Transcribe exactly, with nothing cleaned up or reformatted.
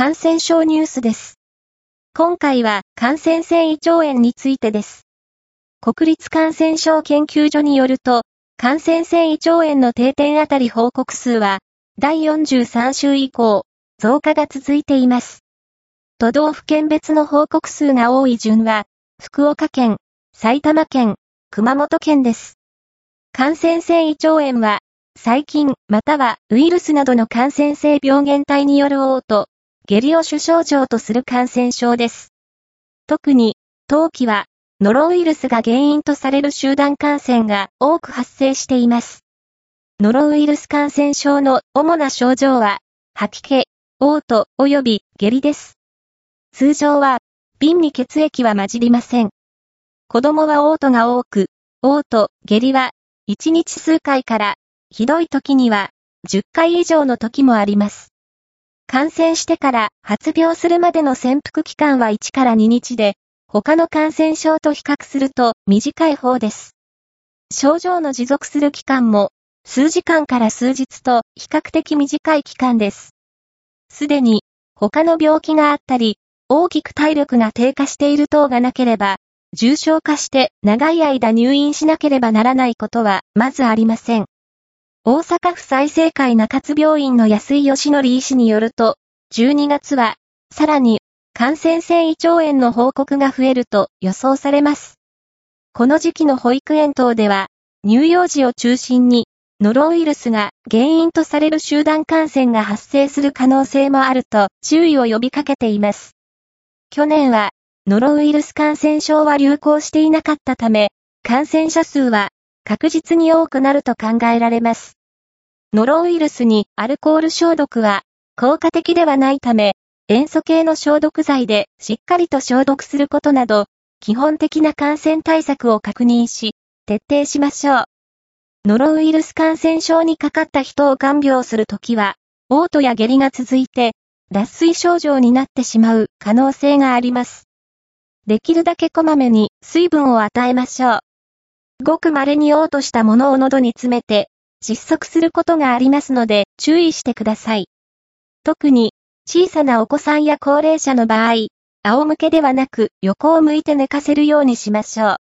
感染症ニュースです。今回は感染性胃腸炎についてです。国立感染症研究所によると、感染性胃腸炎の定点あたり報告数は、だいよんじゅうさん週以降、増加が続いています。都道府県別の報告数が多い順は、福岡県、埼玉県、熊本県です。感染性胃腸炎は、細菌またはウイルスなどの感染性病原体による嘔吐、下痢を主症状とする感染症です。特に、冬季は、ノロウイルスが原因とされる集団感染が多く発生しています。ノロウイルス感染症の主な症状は、吐き気、嘔吐及び下痢です。通常は、便に血液は混じりません。子供は嘔吐が多く、嘔吐、下痢はいちにち数回から、ひどい時にはじゅっかい以上の時もあります。感染してから発病するまでの潜伏期間はいちからににちで、他の感染症と比較すると短い方です。症状の持続する期間も数時間から数日と比較的短い期間です。すでに他の病気があったり、大きく体力が低下している等がなければ、重症化して長い間入院しなければならないことはまずありません。大阪府済生会中津病院の安井義則医師によると、じゅうにがつは、さらに、感染性胃腸炎の報告が増えると予想されます。この時期の保育園等では、乳幼児を中心に、ノロウイルスが原因とされる集団感染が発生する可能性もあると注意を呼びかけています。去年は、ノロウイルス感染症は流行していなかったため、感染者数は、確実に多くなると考えられます。ノロウイルスにアルコール消毒は効果的ではないため、塩素系の消毒剤でしっかりと消毒することなど、基本的な感染対策を確認し、徹底しましょう。ノロウイルス感染症にかかった人を看病するときは、嘔吐や下痢が続いて、脱水症状になってしまう可能性があります。できるだけこまめに水分を与えましょう。ごく稀に嘔吐したものを喉に詰めて窒息することがありますので注意してください。特に小さなお子さんや高齢者の場合、仰向けではなく横を向いて寝かせるようにしましょう。